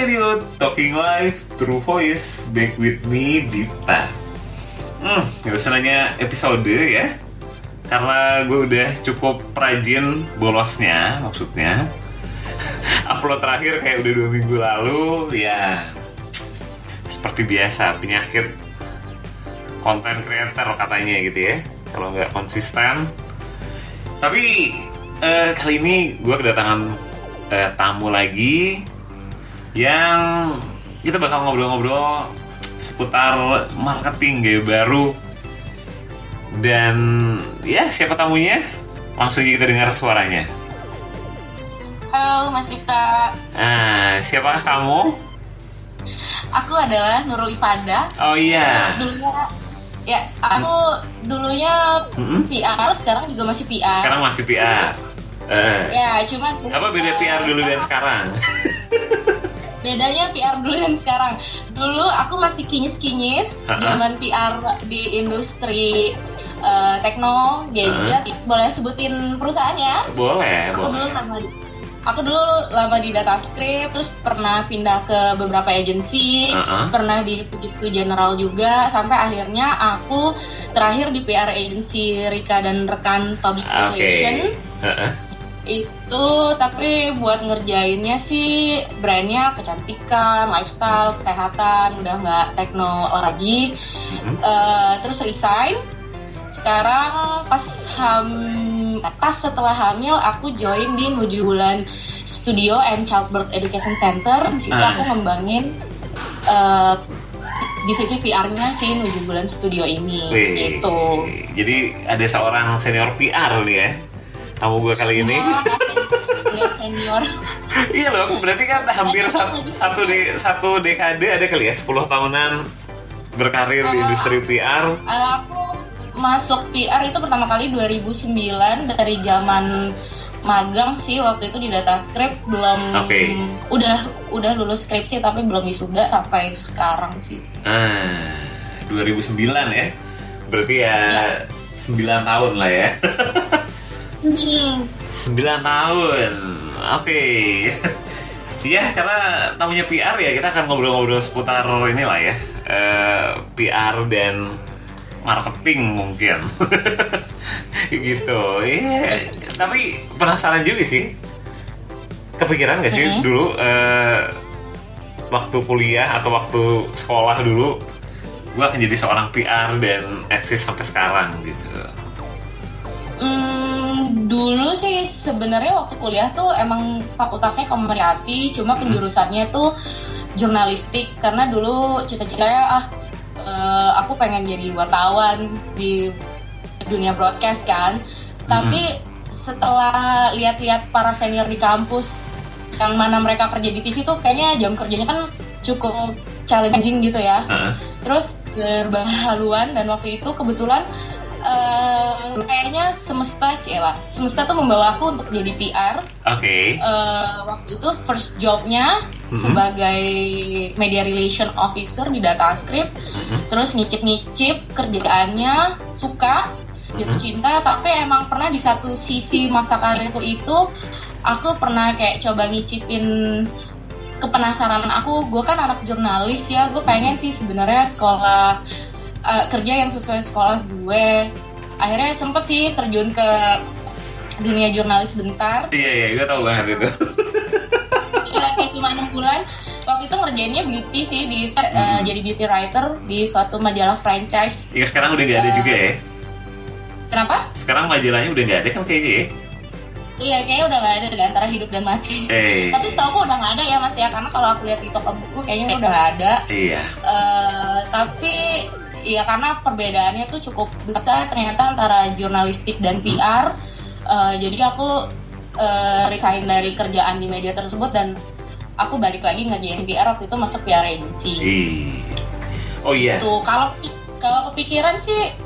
Radio, Talking Live, True Voice, back with me, Dipta. Gak usah nanya episode ya, karena gue udah cukup rajin bolosnya, maksudnya upload terakhir kayak udah 2 minggu lalu. Ya, seperti biasa, penyakit konten creator katanya gitu ya, kalau nggak konsisten. Tapi kali ini gue kedatangan tamu lagi yang kita bakal ngobrol-ngobrol seputar marketing gaya baru. Dan ya, siapa tamunya? Langsung kita dengar suaranya. Halo Mas Dipta. Siapa kamu? Aku adalah Nurul Ifada. Oh iya. Aku dulunya PR, sekarang juga masih PR. Sekarang masih PR. Ya, cuma apa beda PR dulu dan sekarang? Bedanya PR dulu dan sekarang. Dulu aku masih kinyis-kinyis zaman PR di industri tekno, gadget. Boleh sebutin perusahaannya? Boleh. Aku dulu lama di DataScript, terus pernah pindah ke beberapa agensi, pernah di Fujitsu General juga, sampai akhirnya aku terakhir di PR agency Rika dan Rekan Public Relation. Itu tapi buat ngerjainnya sih brandnya kecantikan, lifestyle, kesehatan, udah nggak tekno lagi. Terus resign. Sekarang pas setelah hamil aku join di Nuju Bulan Studio and Childbirth Education Center. Di situ aku ngembangin divisi PR-nya si Nuju Bulan Studio ini. Gitu. Jadi ada seorang senior PR nih ya, tamu gue kali ini. Nggak senior. Iya loh, aku berarti kan hampir satu dekade ada kali ya, 10 tahunan berkarir di industri PR. Aku masuk PR itu pertama kali 2009, dari zaman magang sih waktu itu di DataScript. Belum udah lulus skripsi tapi belum wisuda sampai sekarang sih. 2009 ya. Berarti ya 9 tahun lah ya. 9 tahun. Oke. Iya, karena tamunya PR ya, kita akan ngobrol-ngobrol seputar inilah ya, PR dan marketing mungkin. Gitu. Iya. Tapi penasaran juga sih. Kepikiran gak sih dulu waktu kuliah atau waktu sekolah dulu gue akan jadi seorang PR dan eksis sampai sekarang gitu? Dulu sih sebenarnya waktu kuliah tuh emang fakultasnya komunikasi, cuma penjurusannya tuh jurnalistik, karena dulu cita-citanya aku pengen jadi wartawan di dunia broadcast kan. Tapi setelah lihat-lihat para senior di kampus yang mana mereka kerja di TV tuh kayaknya jam kerjanya kan cukup challenging gitu ya. Terus berhaluan, dan waktu itu kebetulan kayaknya semesta tuh membawa aku untuk jadi PR. Waktu itu first jobnya sebagai media relation officer di DataScript. Terus nyicip kerjaannya, suka, jatuh cinta. Tapi emang pernah di satu sisi masa karirku itu aku pernah kayak coba ngicipin kepenasaran aku. Gue kan anak jurnalis ya, gue pengen sih sebenarnya sekolah kerja yang sesuai sekolah gue. Akhirnya sempet sih terjun ke dunia jurnalis bentar. Iya, gue tau banget itu. Iya, kayak cuma 6 bulan. Waktu itu ngerjainnya beauty sih, jadi beauty writer di suatu majalah franchise. Iya, sekarang udah gak ada juga ya? Kenapa? Sekarang majalahnya udah gak ada kan kayaknya ya? Iya, kayaknya udah gak ada, di antara hidup dan mati. Tapi setahu aku udah gak ada ya Mas ya, karena kalau aku lihat di toko buku kayaknya udah gak ada. Iya. Tapi ya karena perbedaannya tuh cukup besar ternyata antara jurnalistik dan PR. Jadi aku resign dari kerjaan di media tersebut dan aku balik lagi ngerjain PR. Waktu itu masuk PR agency. Oh iya. Tuh kalau kepikiran sih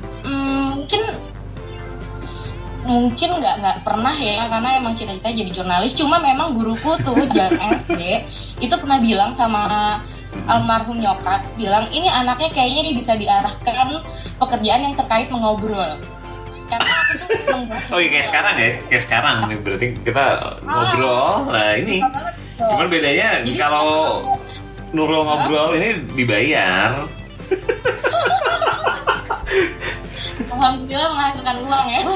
mungkin nggak pernah ya, karena emang cita-cita jadi jurnalis. Cuma memang guruku tuh zaman SD itu pernah bilang sama almarhum nyokap, bilang ini anaknya kayaknya dia bisa diarahkan pekerjaan yang terkait mengobrol. Karena aku tuh oh iya, kayak sekarang ya, kayak sekarang nih berarti kita ngobrol. Nah ini Cuman bedanya jadi, kalau Nurul ngobrol ini dibayar. Alhamdulillah menghasilkan uang ya.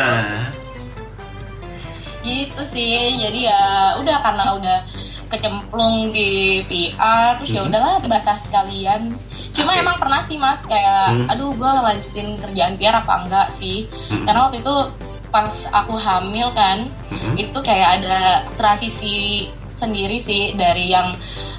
Gitu sih. Jadi ya udah, karena udah kecemplung di PR, terus ya udahlah basah sekalian. Cuma emang pernah sih Mas kayak aduh gue lanjutin kerjaan PR apa enggak sih. Karena waktu itu pas aku hamil kan, itu kayak ada transisi sendiri sih dari yang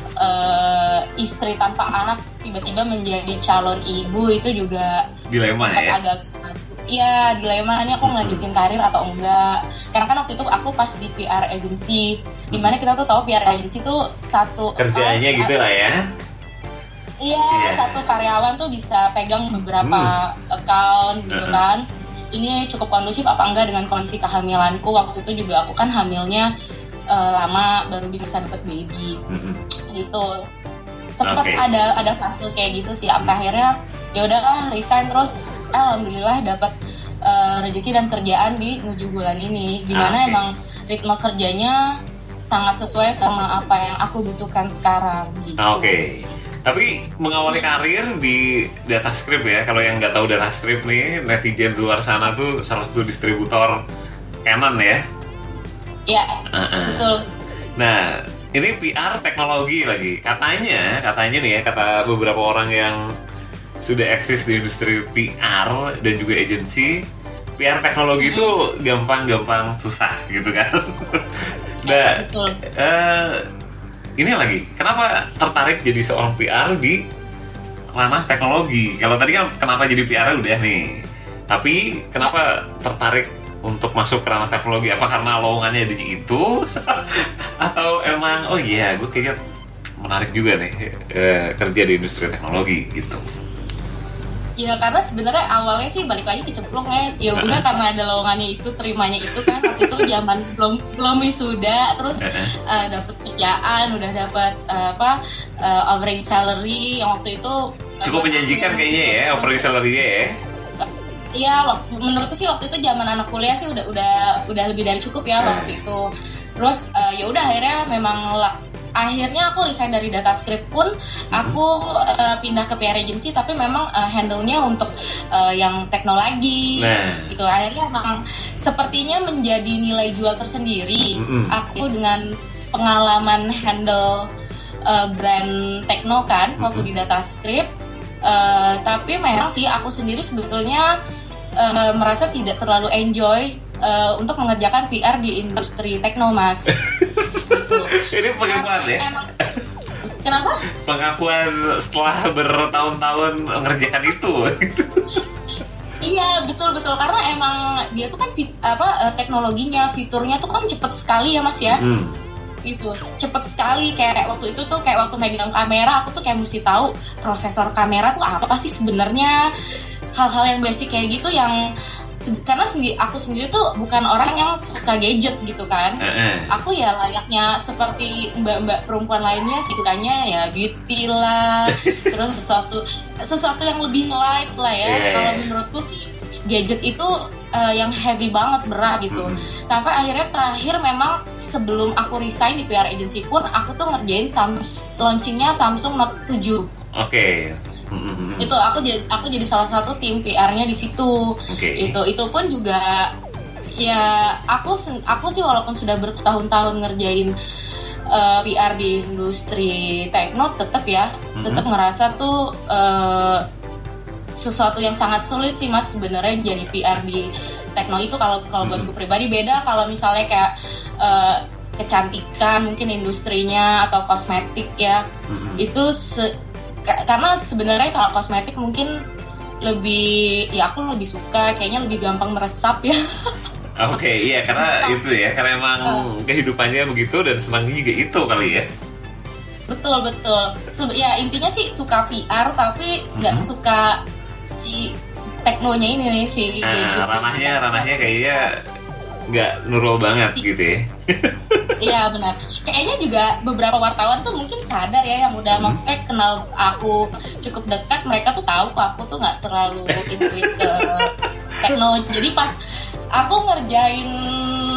istri tanpa anak tiba-tiba menjadi calon ibu. Itu juga dilema ya? Iya, dilema ini aku melanjutin karir atau enggak. Karena kan waktu itu aku pas di PR agency, dimana kita tuh tahu PR agency tuh satu kerjaannya gitu lah ya. Iya, satu karyawan tuh bisa pegang beberapa account gitu kan. Ini cukup kondusif apa enggak dengan kondisi kehamilanku. Waktu itu juga aku kan hamilnya lama, baru bisa dapet baby gitu. Sempat ada fase kayak gitu sih. Apa akhirnya ya udahlah resign, terus alhamdulillah dapat rezeki dan kerjaan di 7 bulan ini. Dimana emang ritme kerjanya sangat sesuai sama apa yang aku butuhkan sekarang gitu. Tapi mengawali karir di DataScript ya, kalau yang nggak tahu DataScript nih, netizen luar sana tuh salah satu distributor Canon ya. Iya, betul. Nah, ini PR teknologi lagi. Katanya nih ya, kata beberapa orang yang sudah eksis di industri PR dan juga agensi, PR teknologi itu gampang-gampang susah gitu kan. Nah, betul. Ini lagi, kenapa tertarik jadi seorang PR di ranah teknologi? Kalau tadi kan kenapa jadi PR udah nih, tapi kenapa tertarik untuk masuk ke ranah teknologi? Apa karena lowongannya di itu? Atau emang gue kayaknya menarik juga nih kerja di industri teknologi gitu? Ya karena sebenarnya awalnya sih balik lagi kecemplung ya udah karena ada lowongannya itu, terimanya itu kan. Waktu itu zaman belum wisuda, terus dapat kerjaan, udah dapat offering salary yang waktu itu cukup menjanjikan kayaknya ya, offering salary-nya ya. Iya, menurutku sih waktu itu zaman anak kuliah sih udah lebih dari cukup ya waktu itu. Terus ya udah akhirnya aku resign dari DataScript pun aku pindah ke PR agency, tapi memang handle-nya untuk yang teknologi gitu. Akhirnya memang sepertinya menjadi nilai jual tersendiri aku dengan pengalaman handle brand techno kan waktu di DataScript. Tapi memang sih aku sendiri sebetulnya merasa tidak terlalu enjoy untuk mengerjakan PR di industri techno, Mas. Gitu. Ini pengakuan ya? Kenapa? Pengakuan setelah bertahun-tahun mengerjakan itu. Iya, betul karena emang dia tuh kan teknologinya, fiturnya tuh kan cepet sekali ya, Mas ya. Itu cepet sekali, kayak waktu itu tuh kayak waktu megang kamera aku tuh kayak mesti tahu prosesor kamera tuh apa sih sebenarnya, hal-hal yang basic kayak gitu yang karena aku sendiri tuh bukan orang yang suka gadget gitu kan. Aku ya layaknya seperti mbak-mbak perempuan lainnya sih, sukanya ya beauty lah, terus sesuatu yang lebih light lah ya. Kalau menurutku sih gadget itu yang heavy banget, berat gitu. Sampai akhirnya terakhir memang sebelum aku resign di PR agency pun aku tuh ngerjain launchingnya Samsung Note 7. Itu aku jadi salah satu tim PR-nya di situ. Itu pun juga ya aku sih walaupun sudah bertahun-tahun ngerjain PR di industri techno, tetap ngerasa tuh sesuatu yang sangat sulit sih, Mas, sebenarnya jadi PR di techno itu. Kalau buatku pribadi beda kalau misalnya kayak kecantikan mungkin industrinya atau kosmetik ya. Itu karena sebenarnya kalau kosmetik mungkin aku lebih suka, kayaknya lebih gampang meresap ya. Iya, karena itu ya, karena emang kehidupannya begitu dan senangnya juga itu kali ya. Betul. Ya intinya sih suka PR tapi nggak suka si teknonya ini nih, si gadget. Ranahnya kayaknya nggak Nurul banget gitu ya. Iya benar. Kayaknya juga beberapa wartawan tuh mungkin sadar ya, yang udah maksudnya kenal aku cukup dekat, mereka tuh tahu kok aku tuh nggak terlalu intuit ke tekno. Jadi pas aku ngerjain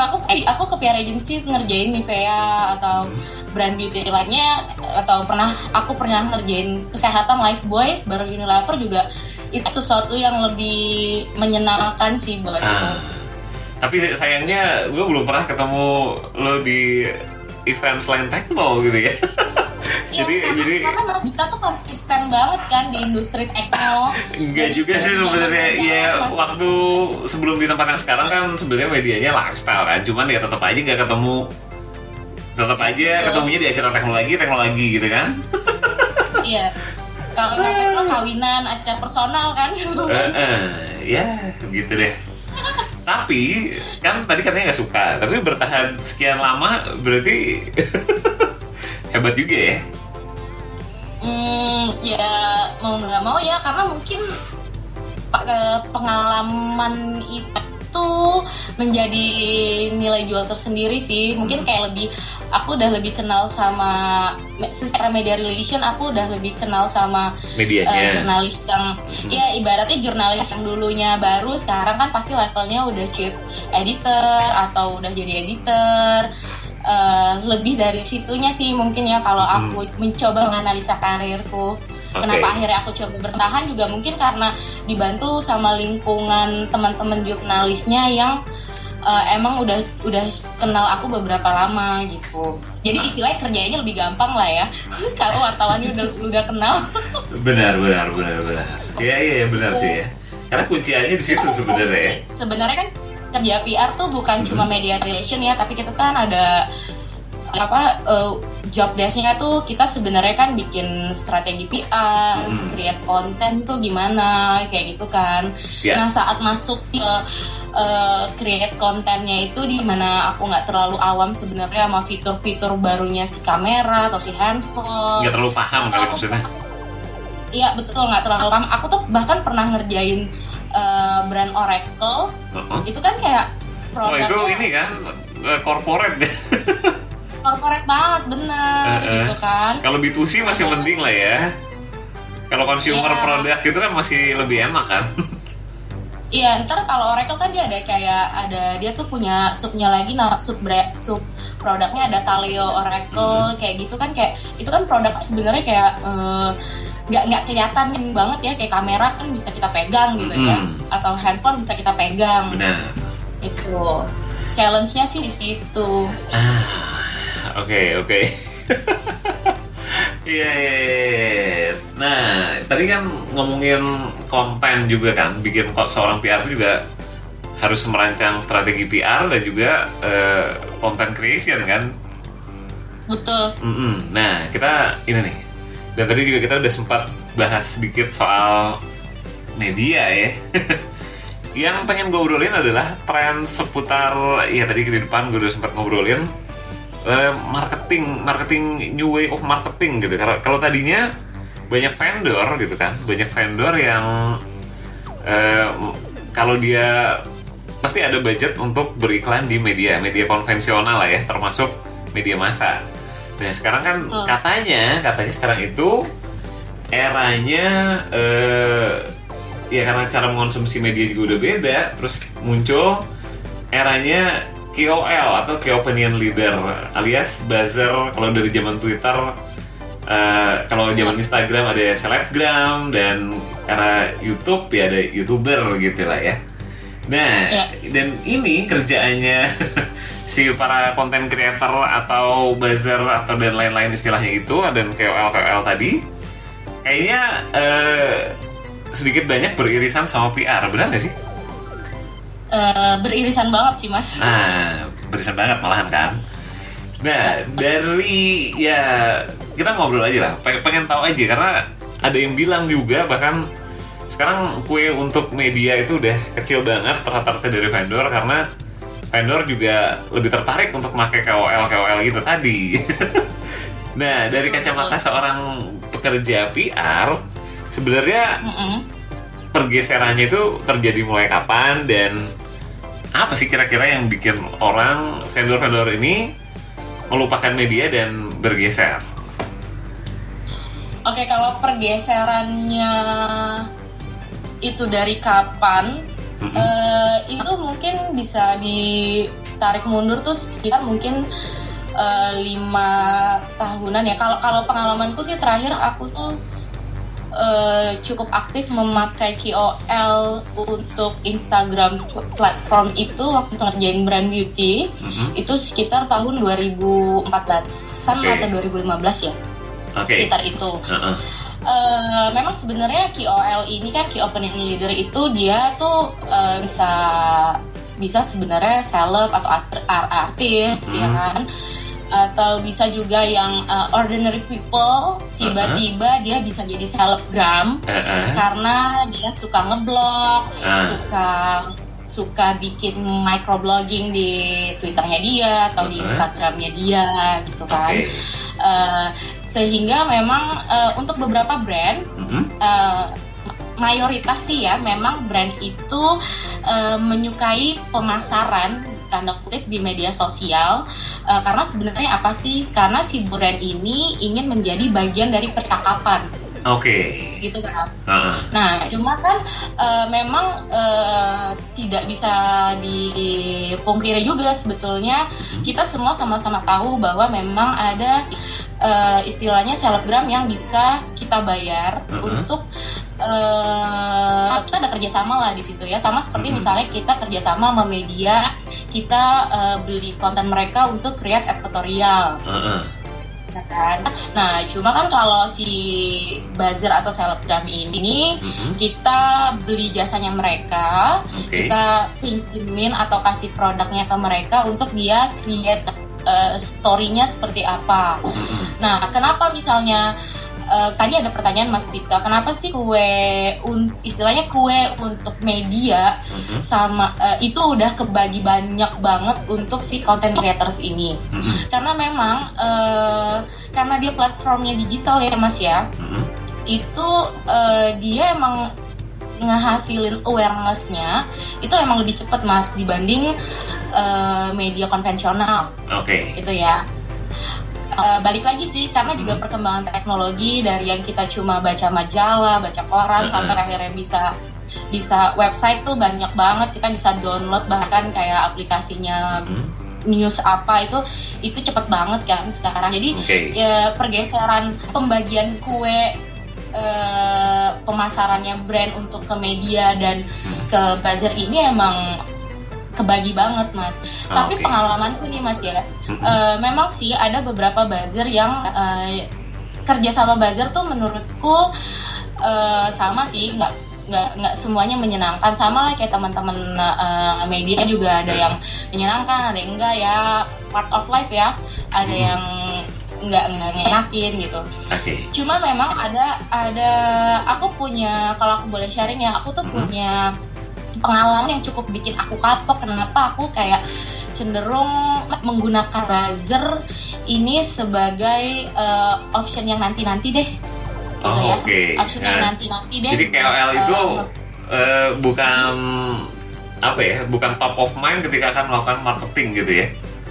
aku ke PR agency ngerjain Nivea atau brand beauty lainnya, atau aku pernah ngerjain kesehatan Lifebuoy bareng Unilever juga. Itu sesuatu yang lebih menyenangkan sih buat itu. Tapi sayangnya gue belum pernah ketemu lo di event selain tekno gitu ya. jadi karena Mas Dipta tuh konsisten banget kan di industri tekno. Enggak juga sih sebenarnya. Ya waktu sebelum di tempat yang sekarang kan sebenarnya medianya lifestyle kan. Cuman ya tetap aja nggak ketemu. Tetap aja ketemunya di acara teknologi gitu kan. Iya. Kalau nggak tekno kawinan, acara personal kan. Ya gitu deh. Tapi kan tadi katanya nggak suka, tapi bertahan sekian lama berarti hebat juga ya. Ya mau nggak mau ya, karena mungkin pengalaman itu menjadi nilai jual tersendiri sih. Mungkin kayak aku udah lebih kenal sama secara media relation, aku udah lebih kenal sama jurnalis yang ya ibaratnya jurnalis yang dulunya baru, sekarang kan pasti levelnya udah chief editor atau udah jadi editor. Lebih dari situnya sih mungkin ya kalau aku mencoba menganalisa karirku. Kenapa akhirnya aku coba bertahan juga mungkin karena dibantu sama lingkungan teman-teman jurnalisnya yang emang udah kenal aku beberapa lama gitu. Jadi istilahnya kerjanya lebih gampang lah ya kalau wartawannya udah kenal. Benar. Iya benar sih ya. Karena kunciannya di situ sebenarnya ya. Sebenarnya kan kerja PR tuh bukan cuma media relation ya, tapi kita kan ada job desk-nya tuh kita sebenarnya kan bikin strategi PR, create konten tuh gimana kayak gitu kan. Nah saat masuk ke create kontennya itu di mana aku nggak terlalu awam sebenarnya sama fitur-fitur barunya si kamera atau si handphone. Nggak terlalu paham kali maksudnya. Iya betul, nggak terlalu paham. Aku tuh bahkan pernah ngerjain brand Oracle. Itu kan kayak produknya. Itu ini kan corporate deh. Corporate banget, bener gitu kan. Kalau B2C masih penting lah ya. Kalau consumer produk gitu kan masih lebih enak kan. Iya, ntar kalau Oracle kan dia dia tuh punya subnya lagi, sub produknya ada Taleo Oracle kayak gitu kan, kayak itu kan produk sebenarnya kayak nggak kelihatan banget ya, kayak kamera kan bisa kita pegang gitu ya, atau handphone bisa kita pegang. Benar. Itu challenge-nya sih di situ. Oke. Iya. Nah, tadi kan ngomongin konten juga kan, bikin seorang PR itu juga harus merancang strategi PR dan juga content creation kan. Betul. Nah, kita ini nih. Dan tadi juga kita udah sempat bahas sedikit soal media ya. Yang pengen gue obrolin adalah tren seputar, ya tadi di depan gue udah sempat ngobrolin marketing new way of marketing gitu. Kalau tadinya banyak vendor gitu kan, banyak vendor yang kalau dia pasti ada budget untuk beriklan di media konvensional lah ya, termasuk media massa. Nah sekarang kan katanya sekarang itu eranya ya karena cara mengkonsumsi media juga udah beda, terus muncul eranya KOL atau Key Opinion Leader alias buzzer. Kalau dari zaman Twitter, kalau zaman Instagram ada selebgram, dan era YouTube ya ada YouTuber gitu lah ya. Nah, dan ini kerjaannya si para content creator atau buzzer atau dan lain-lain istilahnya itu, dan KOL tadi kayaknya sedikit banyak beririsan sama PR, benar nggak sih? Beririsan banget sih mas. Nah, beririsan banget malahan kan. Nah, dari ya kita ngobrol aja lah, pengen tahu aja, karena ada yang bilang juga bahkan sekarang kue untuk media itu udah kecil banget rata-rata dari vendor, karena vendor juga lebih tertarik untuk pakai KOL gitu tadi. Nah, dari kacamata seorang pekerja PR, sebenarnya pergeserannya itu terjadi mulai kapan, dan apa sih kira-kira yang bikin orang vendor-vendor ini melupakan media dan bergeser? Oke, kalau pergeserannya itu dari kapan, itu mungkin bisa tarik mundur tuh sekitar mungkin 5 tahunan ya. Kalau pengalamanku sih terakhir aku tuh cukup aktif memakai KOL untuk Instagram platform itu waktu ngerjain brand beauty. Itu sekitar tahun 2014-an atau 2015 ya. Sekitar itu. Memang sebenarnya KOL ini kan Key Opinion Leader itu dia tuh bisa sebenarnya seleb atau artis ya kan, atau bisa juga yang ordinary people tiba-tiba dia bisa jadi selebgram karena dia suka ngeblog, suka bikin microblogging di Twitternya dia atau di Instagramnya dia gitu kan. Sehingga memang untuk beberapa brand mayoritas sih ya memang brand itu menyukai pemasaran tanda kutip di media sosial, karena sebenarnya apa sih? Karena si brand ini ingin menjadi bagian dari percakapan. Gitu kan. Nah, cuma kan memang tidak bisa dipungkiri juga sebetulnya kita semua sama-sama tahu bahwa memang ada istilahnya selebgram yang bisa kita bayar untuk kita ada kerjasama lah di situ ya, sama seperti misalnya kita kerjasama sama media, kita beli konten mereka untuk create editorial, ya kan. Nah, cuma kan kalau si buzzer atau selebgram ini kita beli jasanya mereka, kita pinjemin atau kasih produknya ke mereka untuk dia create story-nya seperti apa. Nah, kenapa misalnya tadi ada pertanyaan Mas Tika, kenapa sih istilahnya kue untuk media sama itu udah kebagi banyak banget untuk si content creators ini. Karena memang karena dia platformnya digital ya Mas ya, itu dia emang ngehasilin awareness-nya itu emang lebih cepat Mas dibanding media konvensional. Itu ya. Balik lagi sih karena juga perkembangan teknologi dari yang kita cuma baca majalah, baca koran sampai akhirnya bisa website tuh banyak banget, kita bisa download bahkan kayak aplikasinya news apa itu cepet banget kan sekarang. Jadi ya, pergeseran pembagian kue pemasarannya brand untuk ke media dan ke buzzer ini emang kebagi banget Mas. Tapi pengalamanku nih Mas ya, memang sih ada beberapa buzzer yang kerja sama buzzer tuh menurutku sama sih, nggak semuanya menyenangkan, sama lah kayak teman-teman media juga ada yang menyenangkan, ada yang enggak ya, part of life ya, ada yang nggak ngeyakin gitu. Cuma memang ada aku punya, kalau aku boleh sharing ya, aku tuh punya pengalaman yang cukup bikin aku kapok. Kenapa aku kayak cenderung menggunakan buzzer ini sebagai option yang nanti-nanti deh gitu ya. Option yang nanti-nanti deh. Jadi KOL itu bukan apa ya, bukan top of mind ketika akan melakukan marketing gitu ya.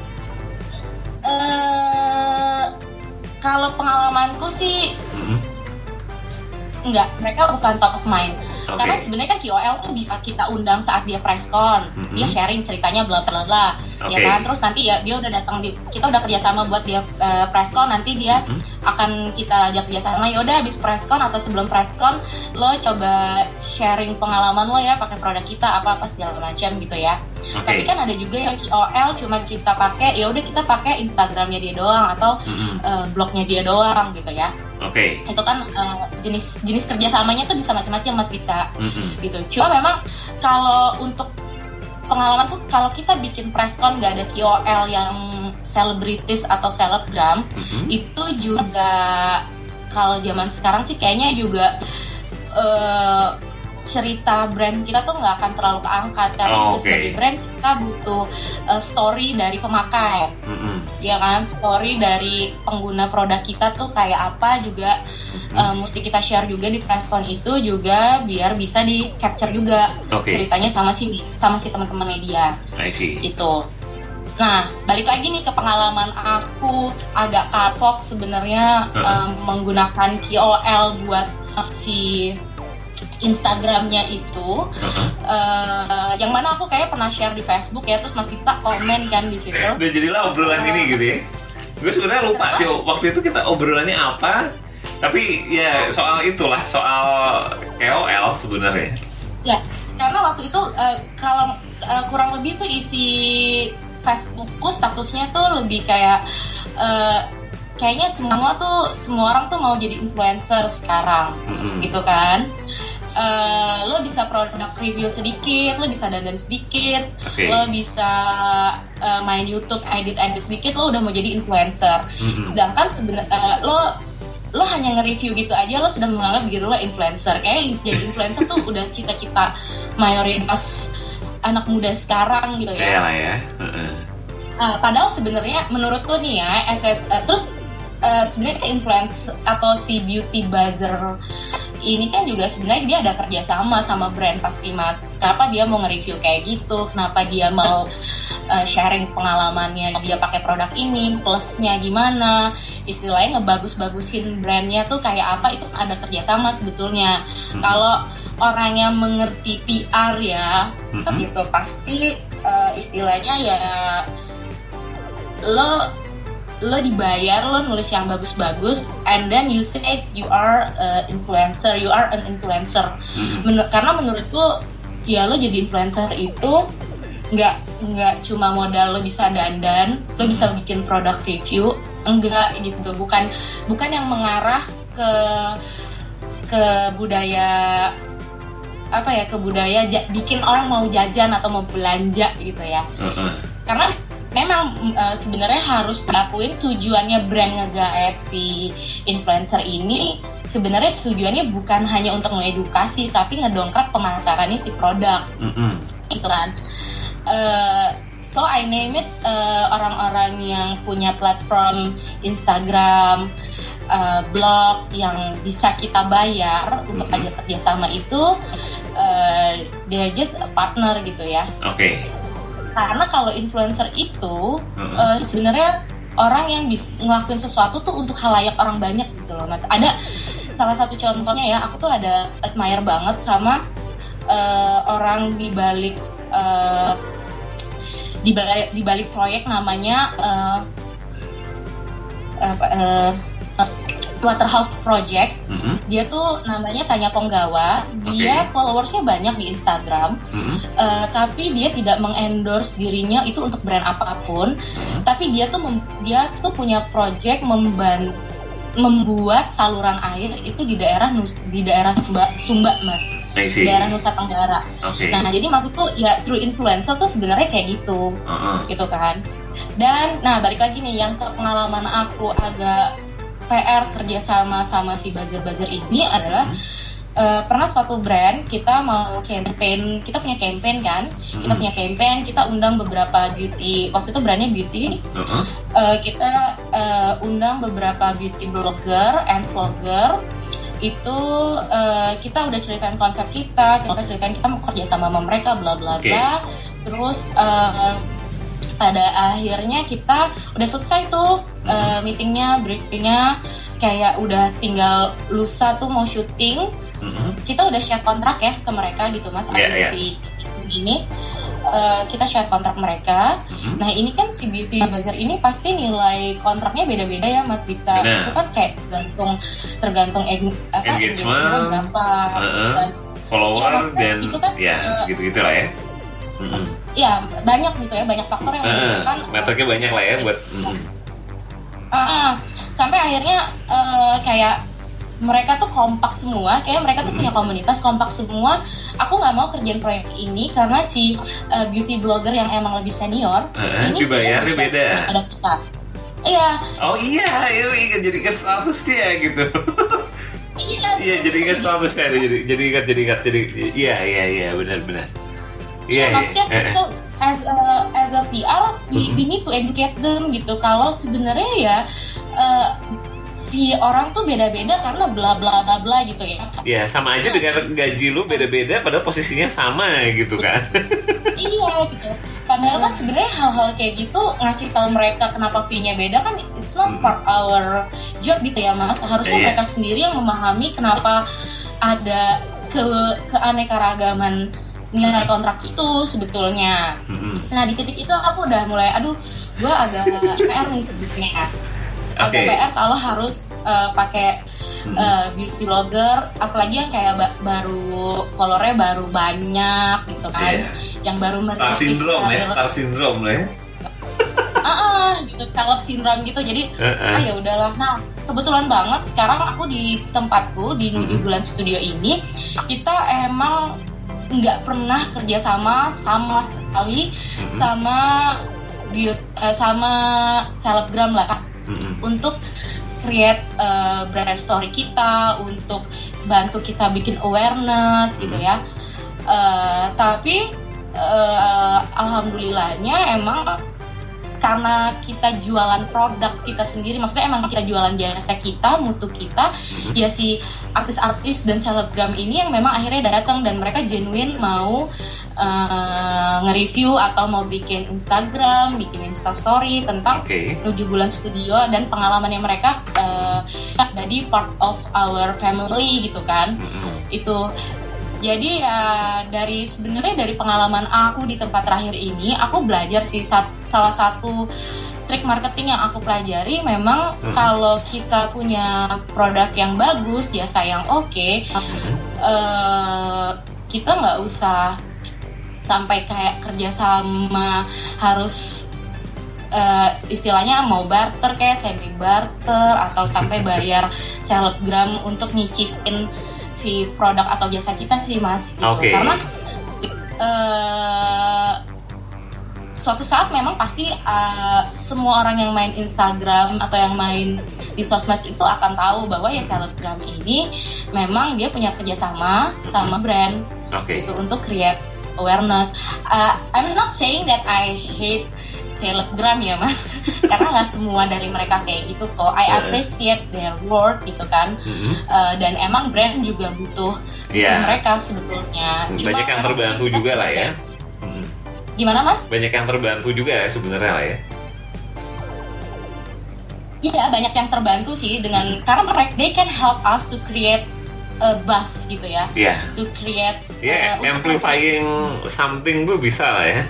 Kalau pengalamanku sih enggak, mereka bukan top of mind. Karena sebenarnya kan KOL tuh bisa kita undang saat dia press-con, dia sharing ceritanya bla bla bla, ya kan. Terus nanti ya dia udah datang kita udah kerjasama buat dia press-con, nanti dia akan kita ajak kerjasama. Ya udah habis press-con atau sebelum press-con lo coba sharing pengalaman lo ya pakai produk kita apa segala macam gitu ya. Tapi kan ada juga yang KOL cuma kita pakai, ya udah kita pakai Instagramnya dia doang atau blognya dia doang gitu ya. Itu kan jenis kerjasamanya tuh bisa macam-macam Mas Dita, gitu. Cuma memang kalau untuk pengalaman tuh kalau kita bikin press-con nggak ada KOL yang selebritis atau selebgram, itu juga kalau zaman sekarang sih kayaknya juga cerita brand kita tuh nggak akan terlalu keangkat karena kita sebagai brand kita butuh story dari pemakai, ya kan, story dari pengguna produk kita tuh kayak apa juga mesti kita share juga di presscon itu juga biar bisa di capture juga ceritanya sama si teman-teman media. Itu. Nah, balik lagi nih ke pengalaman aku agak kapok sebenarnya menggunakan KOL buat si Instagramnya itu, yang mana aku kayak pernah share di Facebook ya, terus Mas Dipta komen kan di situ. Udah jadilah obrolan ini gitu ya. Gue sebenarnya lupa sih waktu itu kita obrolannya apa, tapi ya soal itulah, soal KOL sebenarnya. Ya, karena waktu itu kalau kurang lebih tuh isi Facebookku statusnya tuh lebih kayak kayaknya semua orang tuh mau jadi influencer sekarang, gitu kan. Lo bisa produk review sedikit, lo bisa dandan sedikit, lo bisa main YouTube edit sedikit, lo udah mau jadi influencer. Sedangkan sebenarnya lo hanya nge-review gitu aja, lo sudah menganggap diri lo influencer. Kayak jadi influencer tuh udah kita mayoritas anak muda sekarang gitu ya. Ya. Padahal sebenarnya menurutku nih ya, terus sebenarnya influence atau si beauty buzzer ini kan juga sebenarnya dia ada kerjasama sama brand pasti Mas. Kenapa dia mau nge-review kayak gitu? Kenapa dia mau sharing pengalamannya dia pakai produk ini, plusnya gimana? Istilahnya ngebagus-bagusin brandnya tuh kayak apa? Itu ada kerjasama sebetulnya. Kalau orang yang mengerti PR ya, gitu pasti istilahnya ya lo dibayar, lo nulis yang bagus-bagus, and then you say you are influencer, you are an influencer. Karena menurutku ya lo jadi influencer itu nggak cuma modal lo bisa dandan, lo bisa bikin produk review, enggak gitu, bukan yang mengarah ke budaya apa ya, ke budaya bikin orang mau jajan atau mau belanja gitu ya. Karena memang sebenarnya harus diakuin tujuannya brand nge-guide si influencer ini sebenarnya tujuannya bukan hanya untuk mengedukasi tapi ngedongkrak pemasarannya si produk, gitu kan. So I name it orang-orang yang punya platform Instagram, blog yang bisa kita bayar untuk ajak kerjasama itu, they're just a partner gitu ya. Karena kalau influencer itu sebenarnya orang yang bisa ngelakuin sesuatu tuh untuk khalayak orang banyak gitu loh Mas. Ada salah satu contohnya ya, aku tuh ada admire banget sama orang di balik proyek namanya Waterhouse Project. Dia tuh namanya Tanya Ponggawa. Dia followersnya banyak di Instagram, tapi dia tidak mengendorse dirinya itu untuk brand apapun. Tapi dia tuh punya project membuat saluran air itu di daerah Sumba Mas, di daerah Nusa Tenggara. Nah jadi maksudku ya true influencer tuh sebenarnya kayak gitu, gitu kan. Dan nah balik lagi nih yang ke pengalaman aku agak PR kerjasama sama si buzzer ini adalah pernah suatu brand kita mau campaign, kita punya campaign, kita undang beberapa beauty, waktu itu brandnya beauty, kita undang beberapa beauty blogger and vlogger. Itu kita udah ceritain konsep kita ceritain kita mau kerjasama sama mereka bla bla bla. Terus pada akhirnya kita udah selesai tuh meetingnya, briefingnya, kayak udah tinggal lusa tuh mau syuting. Kita udah share kontrak ya ke mereka gitu Mas, si ini kita share kontrak mereka. Nah ini kan si beauty buzzer ini pasti nilai kontraknya beda-beda ya Mas Dipta. Itu kan kayak tergantung engagement berapa, dan follower dan itu kan, gitu-gitu lah ya. Ya banyak gitu ya, banyak faktor yang menentukan. Metriknya banyak lah ya buat. Sampai akhirnya kayak mereka tuh kompak semua, kayak mereka tuh punya komunitas kompak semua. Aku nggak mau kerjain proyek ini karena si beauty blogger yang emang lebih senior ini dibayarnya beda. Ada kita. Iya. Oh iya, ini jadi kan status dia gitu. Iya, jadi kan statusnya, jadi iya benar. Iya, maksudnya so as a PR we need to educate them gitu. Kalau sebenarnya ya si orang tuh beda-beda karena bla bla bla bla gitu ya. Ya sama aja dengan gaji lu beda-beda padahal posisinya sama gitu kan. Iya gitu. Padahal kan sebenarnya hal-hal kayak gitu ngasih tahu mereka kenapa fee-nya beda kan it's not part our job gitu ya Mas. Harusnya mereka sendiri yang memahami kenapa ada keanekaragaman nilai kontrak itu sebetulnya. Nah di titik itu aku udah mulai, gue agak PR nih sebetulnya. Agak PR kalau harus pakai beauty blogger, apalagi yang kayak baru followernya baru banyak gitu kan, yang baru Star syndrome ya. Gitu, seleb syndrome gitu. Jadi ya udahlah. Nah kebetulan banget sekarang aku di tempatku di Nuju Bulan Studio ini, kita emang nggak pernah kerjasama sama sekali sama selebgram lah untuk create brand story kita, untuk bantu kita bikin awareness gitu ya. Tapi alhamdulillahnya emang karena kita jualan produk kita sendiri, maksudnya emang kita jualan jasa kita, mutu kita, ya si artis-artis dan selebgram ini yang memang akhirnya datang dan mereka genuine mau nge-review atau mau bikin Instagram, bikin Instastory tentang Nuju Bulan Studio dan pengalaman yang mereka jadi part of our family gitu kan. Itu jadi ya sebenarnya dari pengalaman aku di tempat terakhir ini, aku belajar sih salah satu trik marketing yang aku pelajari memang kalau kita punya produk yang bagus, jasa yang kita nggak usah sampai kayak kerjasama harus istilahnya mau barter kayak semi barter atau sampai bayar selebgram untuk nyicipin si produk atau jasa kita sih Mas gitu. Karena suatu saat memang pasti semua orang yang main Instagram atau yang main di sosmed itu akan tahu bahwa ya selebgram ini memang dia punya kerjasama sama brand gitu untuk create awareness. I'm not saying that I hate selebgram ya Mas, karena nggak semua dari mereka kayak gitu kok. I appreciate their work gitu kan. Dan emang brand juga butuh mereka sebetulnya. Banyak yang terbantu juga lah ya. Gimana Mas? Banyak yang terbantu juga ya sebenarnya lah ya. Iya banyak yang terbantu sih dengan karena mereka they can help us to create a buzz gitu ya. To create amplifying something tuh bisa lah ya.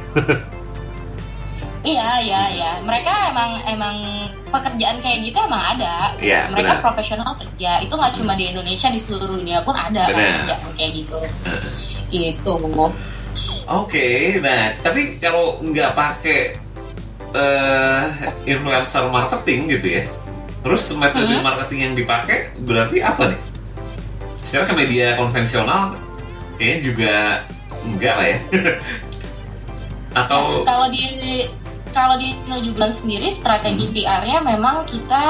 Iya. Mereka emang pekerjaan kayak gitu emang ada. Mereka profesional kerja. Itu nggak cuma di Indonesia, di seluruh dunia pun ada kan kerjaan kayak gitu. Gitu. Nah tapi kalau nggak pakai influencer marketing gitu ya, terus metode marketing yang dipakai berarti apa nih? Secara ke media konvensional kayaknya juga enggak lah ya. Atau kalau di Nuju Bulan sendiri strategi PR-nya memang kita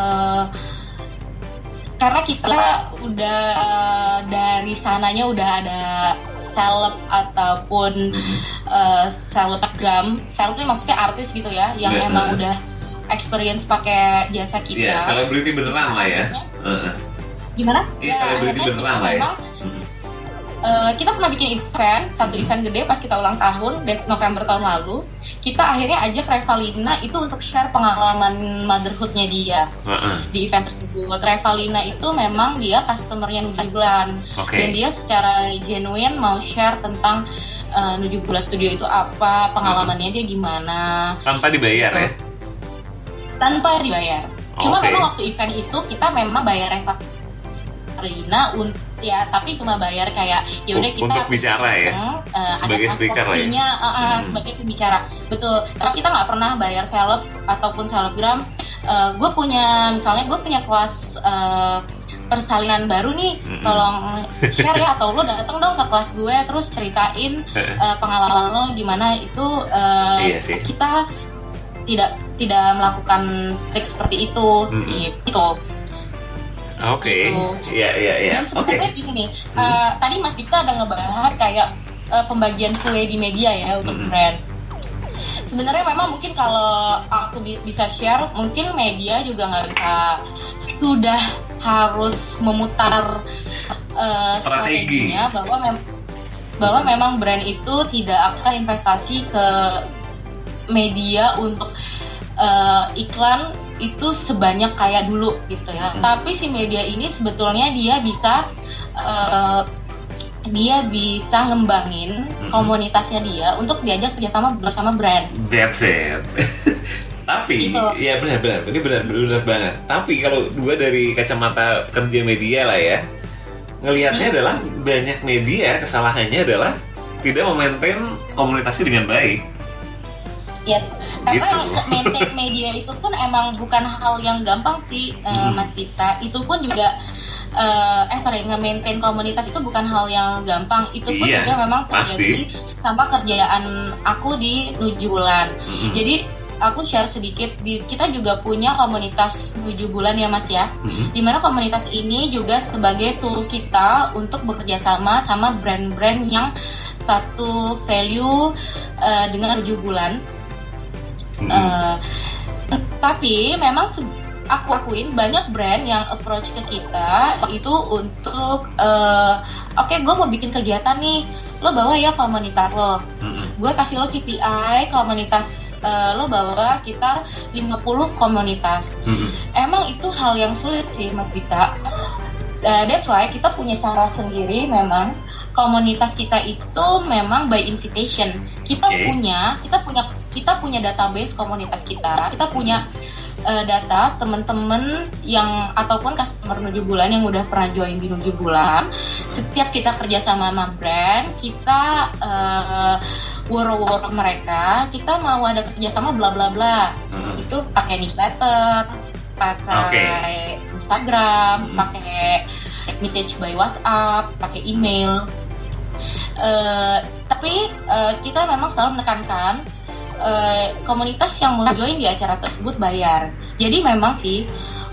karena kita udah dari sananya udah ada seleb ataupun selebgram, seleb itu maksudnya artis gitu ya, yang emang udah experience pakai jasa kita. Iya, selebriti beneran lah ya. Gimana? Iya, selebriti beneran lah ya. Kita pernah bikin satu event gede pas kita ulang tahun November tahun lalu. Kita akhirnya ajak Revalina itu untuk share pengalaman motherhoodnya dia di event tersebut. Revalina itu memang dia customer-nya Nuju Bulan dan dia secara genuine mau share tentang Nuju Bulan Studio itu apa, pengalamannya dia gimana. Tanpa dibayar gitu. Ya? Tanpa dibayar. Cuma memang waktu event itu kita memang bayar Revalina ya, tapi cuma bayar kayak ya udah kita untuk bicara ya, sebagai speaker lah ya, sebagai pembicara, betul. Tapi kita nggak pernah bayar seleb ataupun selebgram. Gue punya kelas persalinan baru nih, tolong share ya, atau lo datang dong ke kelas gue terus ceritain pengalaman lo gimana itu. Kita tidak melakukan trik seperti itu gitu. Dan sebenarnya gini, tadi Mas Dipta ada ngebahas kayak pembagian kue di media ya untuk brand. Sebenarnya memang mungkin kalau aku bisa share, mungkin media juga nggak bisa, sudah harus memutar strateginya bahwa memang brand itu tidak akan investasi ke media untuk iklan itu sebanyak kayak dulu gitu ya. Tapi si media ini sebetulnya dia bisa dia bisa ngembangin komunitasnya dia untuk diajak kerjasama bersama brand. That's it. Tapi, gitu. Ya benar-benar, ini benar banget. Tapi kalau gue dari kacamata kerja media lah ya, ngelihatnya adalah banyak media kesalahannya adalah tidak memaintain komunikasi dengan baik. Yes, karena gitu. Maintain media itu pun emang bukan hal yang gampang sih, Mas Dita. Itu pun juga nge-maintain komunitas itu bukan hal yang gampang. Itu pun juga memang terjadi sama kerjaan aku di Nujubulan. Jadi aku share sedikit, kita juga punya komunitas 7 bulan ya Mas ya, dimana komunitas ini juga sebagai tools kita untuk bekerja sama brand-brand yang satu value dengan 7 bulan. Tapi memang aku akuin banyak brand yang approach ke kita itu untuk oke, gue mau bikin kegiatan nih, lo bawa ya komunitas lo, gue kasih lo KPI komunitas lo bawa sekitar 50 komunitas. Emang itu hal yang sulit sih Mas Dita. That's why kita punya cara sendiri. Memang komunitas kita itu memang by invitation. Kita punya database komunitas kita. Kita punya data teman-teman yang ataupun customer 7 bulan yang udah pernah join di 7 bulan. Setiap kita kerja sama brand, kita woro-woro mereka, kita mau ada kerjasama bla bla bla. Itu pakai newsletter, pakai Instagram, pakai message by WhatsApp, pakai email. Tapi kita memang selalu menekankan komunitas yang mau join di acara tersebut bayar. Jadi memang sih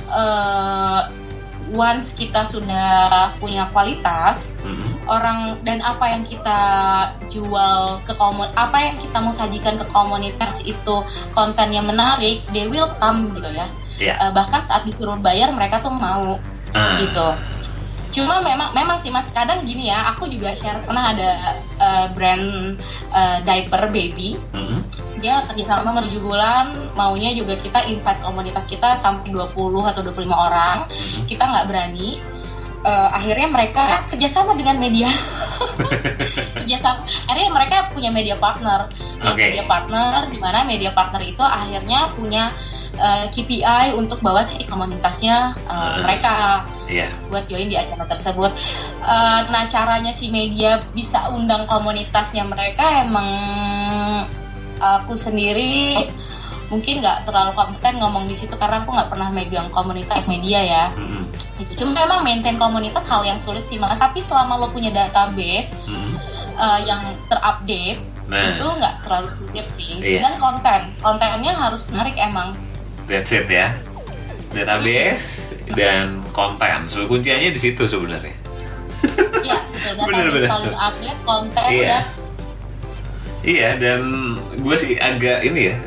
once kita sudah punya kualitas, orang dan apa yang kita jual ke apa yang kita mau sajikan ke komunitas itu konten yang menarik, they will come gitu ya. Bahkan saat disuruh bayar mereka tuh mau gitu. Cuma memang sih Mas, kadang gini ya, aku juga share pernah ada brand diaper baby. Dia kerjasama 7 bulan, maunya juga kita invite komunitas kita sampai 20 atau 25 orang. Kita nggak berani. Akhirnya mereka kerjasama dengan media. Akhirnya mereka punya media partner. Media partner, di mana media partner itu akhirnya punya KPI untuk bawa si komunitasnya mereka buat join di acara tersebut. Nah, caranya si media bisa undang komunitasnya mereka, emang aku sendiri mungkin nggak terlalu kompeten ngomong di situ karena aku nggak pernah megang komunitas media ya. Itu cuma memang maintain komunitas hal yang sulit sih Mas. Tapi selama lo punya database yang terupdate, itu nggak terlalu sulit sih. Dan kontennya harus menarik emang. That's it ya. Database dan konten. So kuncinya di situ sebenarnya. Iya, betul. Database paling update, konten udah. Iya, dan gue sih agak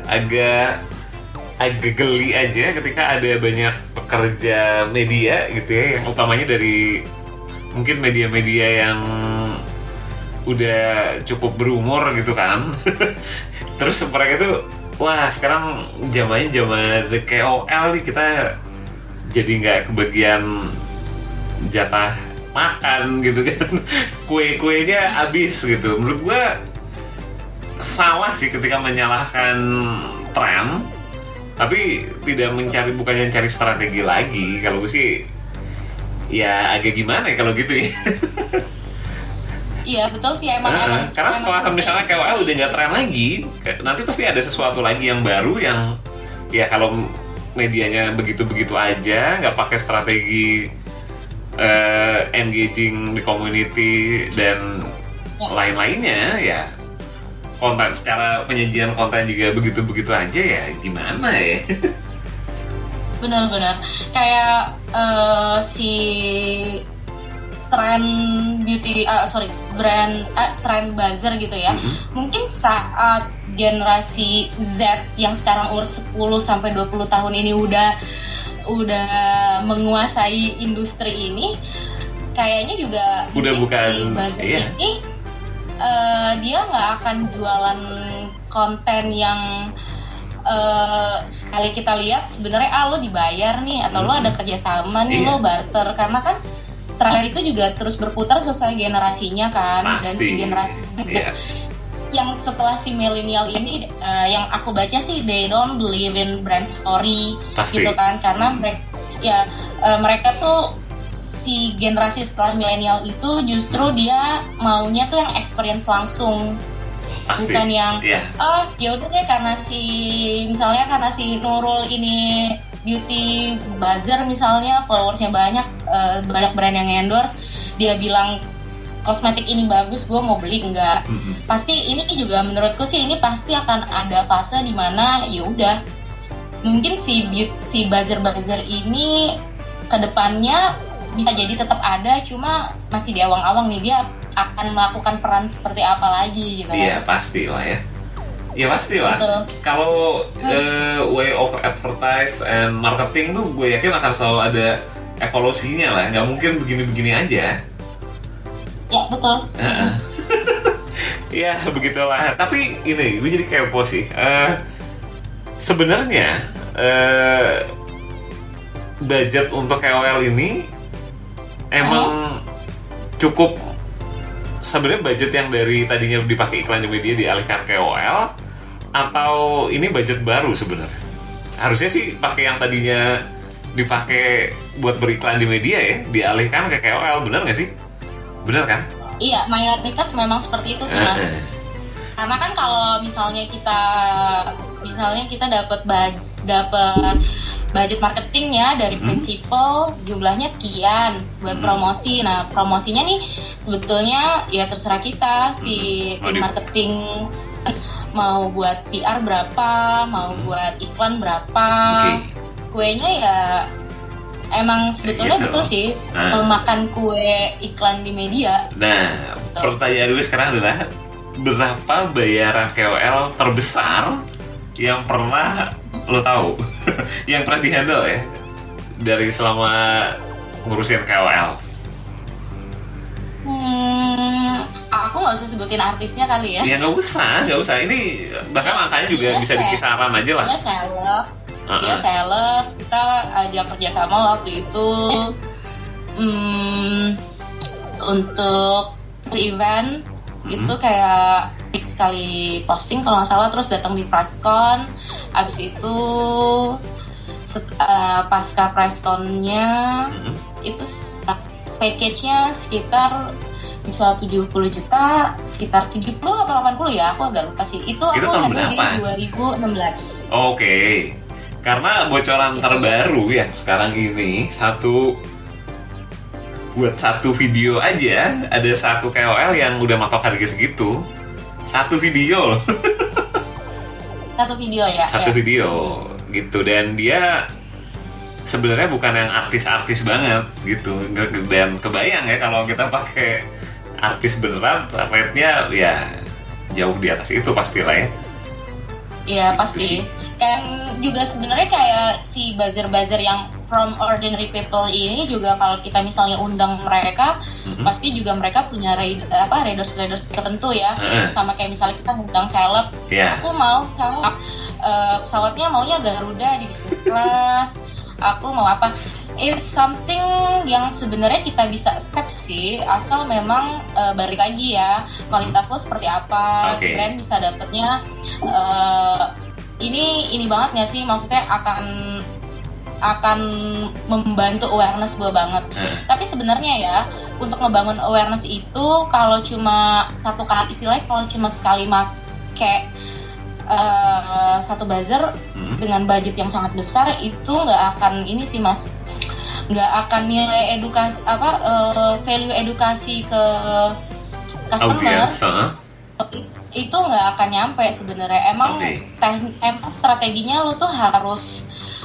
geli aja ketika ada banyak pekerja media gitu ya, yang utamanya dari mungkin media-media yang udah cukup berumur gitu kan. Terus mereka tuh, wah sekarang zaman KOL nih, kita jadi nggak kebagian jatah makan gitu kan. Kue-kuenya habis gitu. Menurut gue salah sih ketika menyalahkan tren, tapi bukannya cari strategi lagi. Kalau gue sih ya agak gimana ya kalau gitu ya. Iya betul sih emang. Karena setelah misalnya KOL udah nggak tren lagi, nanti pasti ada sesuatu lagi yang baru yang ya kalau medianya begitu-begitu aja, nggak pakai strategi engaging di community dan lain-lainnya ya. Konten secara penyajian konten juga begitu-begitu aja ya, gimana ya? Benar-benar kayak si trend buzzer gitu ya. Mungkin saat generasi Z yang sekarang umur 10 sampai 20 tahun ini udah menguasai industri ini, kayaknya juga udah bukan si buzzer ini dia nggak akan jualan konten yang sekali kita lihat sebenarnya lo dibayar nih atau lo ada kerjasama nih, lo barter, karena kan terakhir itu juga terus berputar sesuai generasinya kan. Pasti. Dan si generasi yang setelah si milenial ini yang aku baca sih they don't believe in brand story. Pasti. Gitu kan, karena mereka tuh si generasi setelah milenial itu justru dia maunya tuh yang experience langsung. Pasti. Bukan yang ya udah deh karena si Nurul ini beauty buzzer misalnya, followersnya banyak brand yang endorse, dia bilang kosmetik ini bagus, gue mau beli. Enggak. Pasti ini juga menurutku sih ini pasti akan ada fase di mana ya udah mungkin si buzzer ini kedepannya bisa jadi tetap ada, cuma masih di awang-awang nih dia akan melakukan peran seperti apa lagi gitu. Iya pasti lah ya. Ya pasti lah. Kalau way of advertise and marketing tuh gue yakin akan selalu ada evolusinya lah. Nggak mungkin begini-begini aja. Ya betul. Ya begitulah. Tapi ini gue jadi kepo sih. Sebenarnya budget untuk KOL ini emang cukup. Sebenarnya budget yang dari tadinya dipakai iklan di media dialihkan ke KOL, atau ini budget baru sebenarnya? Harusnya sih pakai yang tadinya dipakai buat beriklan di media ya, dialihkan ke KOL, benar nggak sih? Benar kan? Iya, mayoritas memang seperti itu sih Mas. Karena kan kalau misalnya kita dapat budget marketingnya dari prinsipal jumlahnya sekian buat promosi. Nah, promosinya nih sebetulnya ya terserah kita si tim marketing mau buat PR berapa, mau buat iklan berapa. Kuenya ya emang sebetulnya betul sih memakan kue iklan di media. Nah, pertanyaan gue sekarang adalah berapa bayaran KOL terbesar yang pernah lo tahu, yang pernah dihandle ya dari selama ngurusin KOL? Aku nggak usah sebutin artisnya kali ya. Ya nggak usah. Ini bahkan angkanya juga bisa di kisaran aja lah. Dia seleb, kita ajak kerjasama waktu itu untuk event itu kayak sekali posting kalau nggak salah, terus datang di presscon, abis itu pasca pressconnya itu package-nya sekitar bisa 70 juta, sekitar 70 atau 80 ya, aku agak lupa sih. Itu aku handle di 2016. Oke. Karena bocoran terbaru ya sekarang ini, buat satu video aja ada satu KOL yang udah matok harga segitu. Satu video loh. Satu video ya. Video gitu, dan dia sebenarnya bukan yang artis-artis banget gitu. Dan kebayang ya kalau kita pakai artis beneran, rate-nya ya jauh di atas itu pastilah ya. Iya pasti. Kan juga sebenarnya kayak si buzzer-buzzer yang from ordinary people ini juga kalau kita misalnya undang mereka, pasti juga mereka punya raiders tertentu ya. Sama kayak misalnya kita undang seleb, aku mau seleb, pesawatnya maunya Garuda di business class, aku mau apa. It's something yang sebenarnya kita bisa accept sih, asal memang balik lagi ya kualitas lo seperti apa, brand bisa dapetnya ini banget nggak sih, maksudnya akan membantu awareness gue banget. Tapi sebenarnya ya untuk ngebangun awareness itu kalau cuma satu kali, istilahnya kalau cuma sekali make satu buzzer dengan budget yang sangat besar itu nggak akan ini sih Mas, nggak akan nilai edukasi value edukasi ke customer itu nggak akan nyampe sebenarnya. Emang strateginya lo tuh harus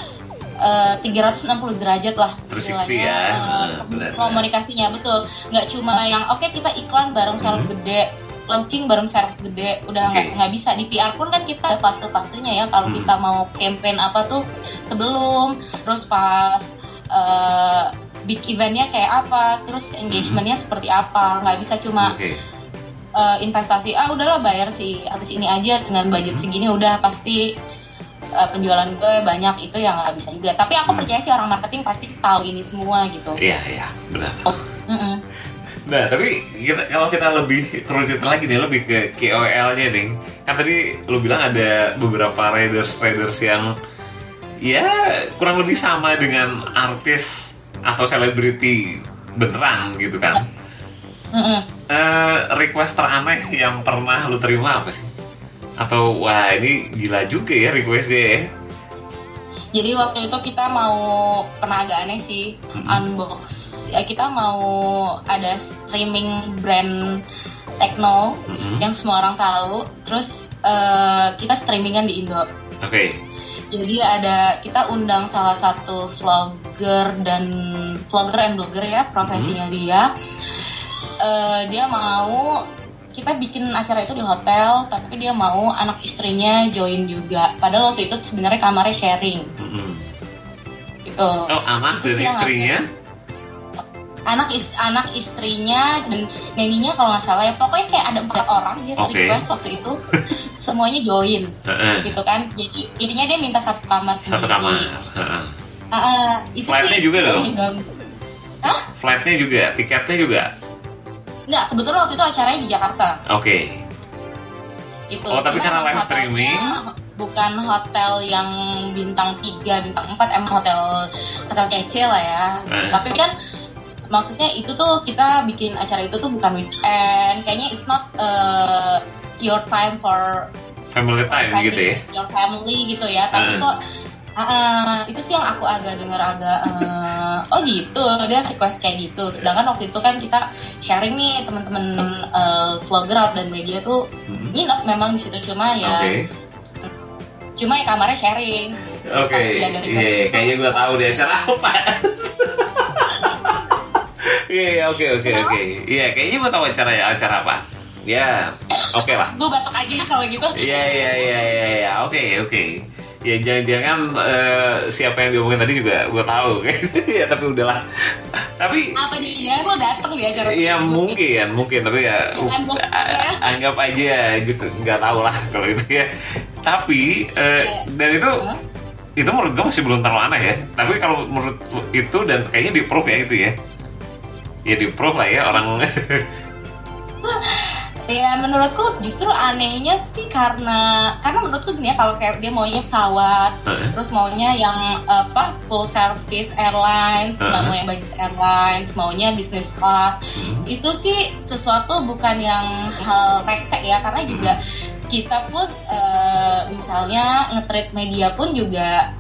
360 derajat lah istilahnya komunikasinya, betul. Nggak cuma yang kita iklan bareng seleb gede, launching bareng seleb gede, udah nggak bisa. Di PR pun kan kita ada fase-fasenya ya, kalau kita mau campaign apa tuh sebelum, terus pas big eventnya kayak apa, terus engagementnya seperti apa. Nggak bisa cuma investasi udahlah bayar si artis ini aja dengan budget segini udah pasti penjualan gue banyak, itu yang nggak bisa juga. Tapi aku percaya sih orang marketing pasti tahu ini semua gitu. Iya benar. Nah, tapi kalau kita lebih kerucut lagi nih, lebih ke KOL-nya nih. Kan tadi lu bilang ada beberapa riders yang ya kurang lebih sama dengan artis atau selebriti beneran gitu kan. Request teraneh yang pernah lu terima apa sih? Atau wah ini gila juga ya requestnya ya? Jadi waktu itu kita mau, pernah agak aneh sih, unbox. Ya, kita mau ada streaming brand techno yang semua orang tahu. Terus kita streamingan di Indo. Oke. Jadi kita undang salah satu vlogger and blogger ya, profesinya dia. Dia mau kita bikin acara itu di hotel, tapi dia mau anak istrinya join juga. Padahal waktu itu sebenarnya kamarnya sharing. Gitu. Oh, anak itu dari istrinya? Anak istrinya dan neninya kalau nggak salah ya. Pokoknya kayak ada 4 orang dia request waktu itu. Semuanya join. Gitu kan. Jadi intinya dia minta satu kamar sendiri. Satu kamar. Flightnya juga dong? Flightnya juga? Tiketnya juga? Enggak, kebetulan waktu itu acaranya di Jakarta. Oke. Itu. Oh, tapi karena live streaming? Bukan hotel yang bintang 3, bintang 4, emang hotel kece lah ya. Tapi kan maksudnya itu tuh kita bikin acara itu tuh bukan weekend. Kayaknya it's not your time for family time gitu ya. Your family gitu ya. Tapi tuh itu sih yang aku agak oh gitu, dia request kayak gitu. Sedangkan waktu itu kan kita sharing nih teman-teman vlogger dan media tuh nginep memang di situ, cuma ya kamarnya sharing. Oke. Iya, kayaknya gue tahu deh acara apa. Iya, oke. Iya, kayaknya gue tahu acara apa. Ya, oke lah. Gue batuk aja kalau gitu. Iya. Oke. Ya jangan siapa yang diomongin tadi juga gue tahu. Ya tapi udahlah. Tapi apa dia lo datang di acara? Iya mungkin tapi ya anggap aja gitu, nggak tahu lah kalau itu ya. Tapi dan itu menurut gue masih belum terlalu aneh ya. Tapi kalau menurut itu dan kayaknya di-proof ya itu ya. Ya di-proof lah ya orang. Ya menurutku justru anehnya sih karena menurutku gini ya, kalau kayak dia maunya pesawat, terus maunya yang full service airlines, nggak mau yang budget airlines, maunya business class, itu sih sesuatu bukan yang hal resek ya, karena juga kita pun misalnya nge-treat media pun juga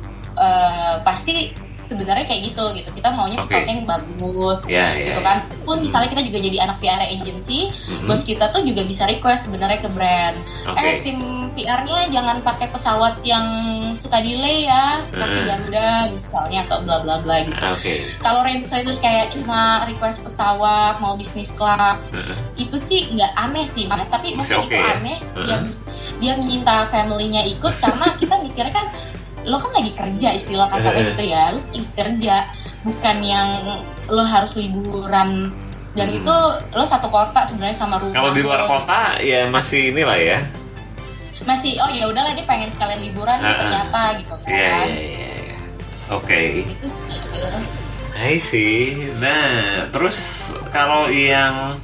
pasti sebenarnya kayak gitu, kita maunya pesawat yang bagus, gitu kan. Pun misalnya kita juga jadi anak PR agency, bos kita tuh juga bisa request sebenarnya ke brand, tim PR-nya jangan pakai pesawat yang suka delay ya, kasih Garuda misalnya atau bla bla bla gitu. Kalau riders kayak cuma request pesawat mau bisnis kelas, itu sih nggak aneh sih, tapi mungkin itu aneh dia minta family-nya ikut karena kita mikirnya kan lo kan lagi kerja, istilah kasarnya gitu ya, lo lagi kerja, bukan yang lo harus liburan dan itu lo satu kota sebenarnya sama rumah. Kalau di luar kota ya masih inilah ya, masih oh ya udahlah dia pengen sekalian liburan ternyata gitu kan. Oke. Itu sih. I see. Nah terus kalau yang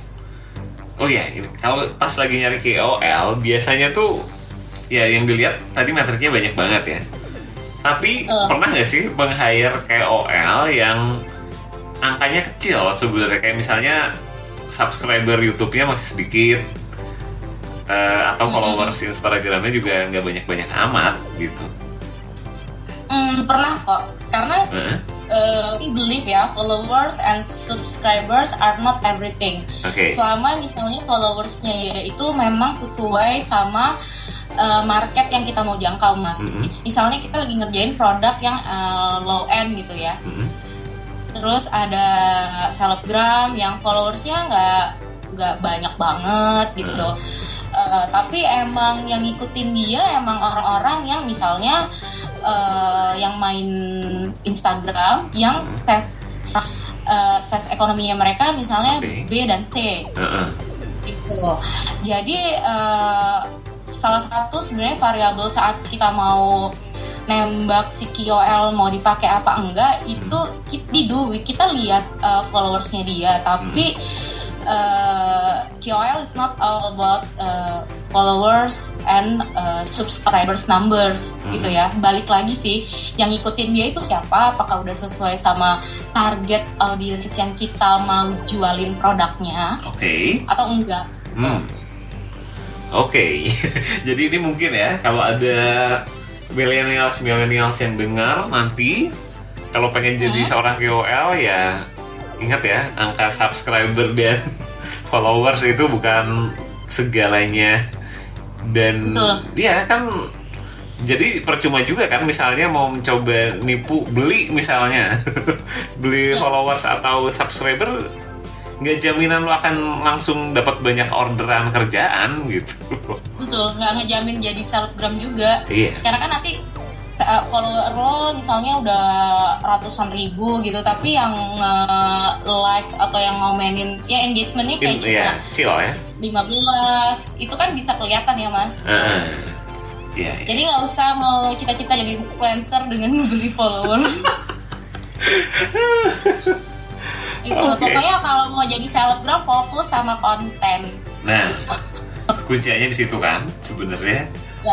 kalau pas lagi nyari KOL biasanya tuh ya yang dilihat tadi materinya banyak banget ya. Tapi pernah nggak sih meng-hire KOL yang angkanya kecil sebenarnya, kayak misalnya subscriber YouTube-nya masih sedikit, atau followers Instagram-nya juga nggak banyak-banyak amat gitu? Pernah kok, karena we believe ya, followers and subscribers are not everything. Selama misalnya followersnya itu memang sesuai sama market yang kita mau jangkau, Mas. Misalnya kita lagi ngerjain produk yang low end gitu ya. Terus ada selebgram yang followersnya nggak banyak banget gitu. Tapi emang yang ngikutin dia emang orang-orang yang misalnya yang main Instagram yang ses ekonominya mereka misalnya B dan C. Gitu. Jadi salah satu sebenarnya variabel saat kita mau nembak si KOL mau dipakai apa enggak itu kita lihat followersnya dia, tapi KOL is not all about followers and subscribers numbers gitu ya. Balik lagi sih, yang ngikutin dia itu siapa, apakah udah sesuai sama target audiens yang kita mau jualin produknya, atau enggak. Jadi ini mungkin ya, kalau ada millennials yang dengar nanti, kalau pengen jadi seorang KOL ya ingat ya, angka subscriber dan followers itu bukan segalanya. Dan ya kan, jadi percuma juga kan misalnya mau mencoba nipu, beli misalnya beli followers atau subscriber, nggak jaminan lo akan langsung dapat banyak orderan kerjaan gitu. Betul, nggak ngejamin jadi selebgram juga. Karena kan nanti follower lo misalnya udah ratusan ribu gitu, tapi yang like atau yang ngomenin ya engagementnya kayak cuma 15, itu kan bisa kelihatan ya mas. Jadi nggak usah mau cita-cita jadi influencer dengan membeli followers. Pokoknya kalau mau jadi selebgram fokus sama konten. Nah, kuncinya di situ kan sebenarnya.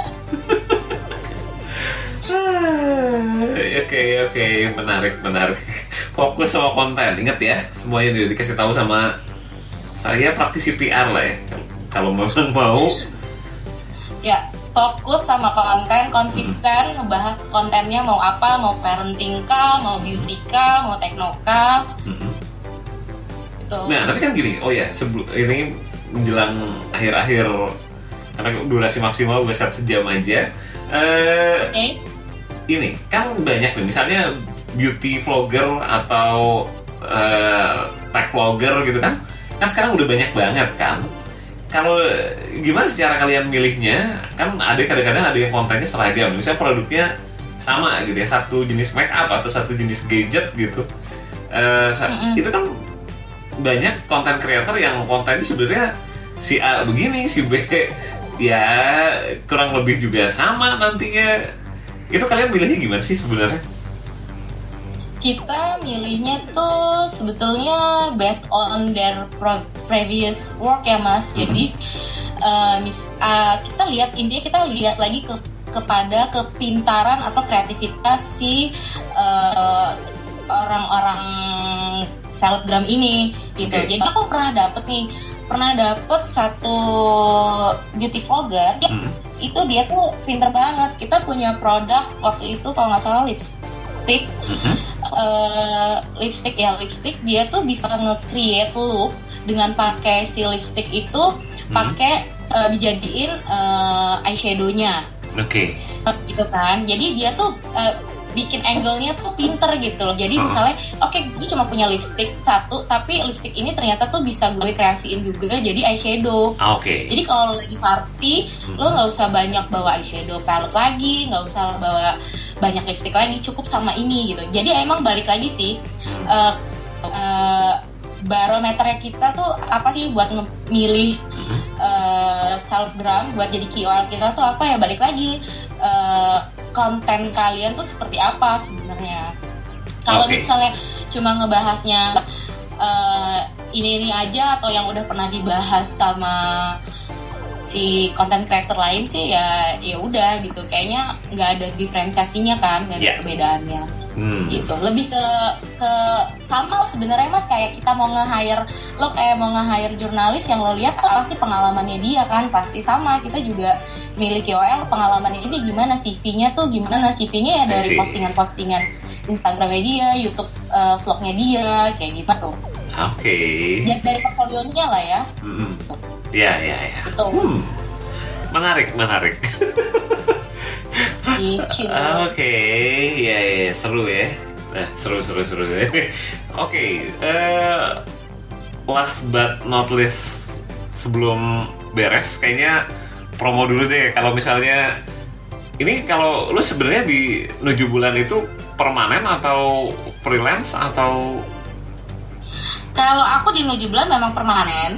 Oke, menarik. Fokus sama konten. Ingat ya, semuanya udah dikasih tahu sama saya, praktisi PR lah ya. Kalau memang mau. Ya, fokus sama konten, konsisten ngebahas kontennya, mau apa, mau parenting kah, mau beauty kah, mau techno kah. Nah, tapi kan gini, sebelum ini menjelang akhir-akhir, karena durasi maksimal udah 1 jam aja. Ini kan banyak nih, misalnya beauty vlogger atau tech vlogger gitu kan sekarang udah banyak banget kan. Kalau gimana secara kalian milihnya? Kan ada kadang-kadang ada yang kontennya seragam, misalnya produknya sama gitu ya, satu jenis make up atau satu jenis gadget gitu. Itu kan banyak konten creator yang kontennya sebenarnya si A begini, si B ya kurang lebih juga sama nantinya. Itu kalian milihnya gimana sih sebenarnya? Kita milihnya tuh sebetulnya based on their previous work ya mas. Jadi kita lihat lagi kepada kepintaran atau kreativitas si orang-orang selebgram ini gitu. Jadi aku pernah dapet satu beauty vlogger itu dia tuh pinter banget. Kita punya produk waktu itu kalau nggak salah lipstick. Lipstick dia tuh bisa nge-create look dengan pakai si lipstick itu, pakai dijadiin eyeshadow-nya. Gitu kan. Jadi dia tuh bikin angle-nya tuh pinter gitu loh. Jadi misalnya, gue cuma punya lipstick satu, tapi lipstick ini ternyata tuh bisa gue kreasiin juga jadi eyeshadow. Jadi kalau lagi party, lo nggak usah banyak bawa eyeshadow palette lagi, nggak usah bawa banyak lipstick lagi, cukup sama ini gitu. Jadi emang balik lagi sih, barometernya kita tuh apa sih buat milih selebgram buat jadi KOL kita tuh apa ya, balik lagi konten kalian tuh seperti apa sebenarnya. Kalau misalnya cuma ngebahasnya ini aja atau yang udah pernah dibahas sama si content creator lain sih ya udah gitu, kayaknya nggak ada diferensiasinya kan, nggak ada perbedaannya. Gitu, lebih ke sama sebenarnya mas, kayak kita mau nge-hire jurnalis, yang lo lihat apa sih pengalamannya dia kan, pasti sama. Kita juga milih KOL, pengalamannya ini gimana, CV-nya tuh gimana, CV-nya ya dari postingan Instagramnya dia, YouTube vlognya dia, kayak gitu tuh. Ya, dari portfolionya lah ya. Ya. Betul. Menarik. Ya, seru ya. Nah, seru. Last but not least, sebelum beres, kayaknya promo dulu deh. Kalau misalnya ini, kalau lu sebenarnya di 7 bulan itu permanen atau freelance atau? Kalau aku di 7 bulan memang permanen.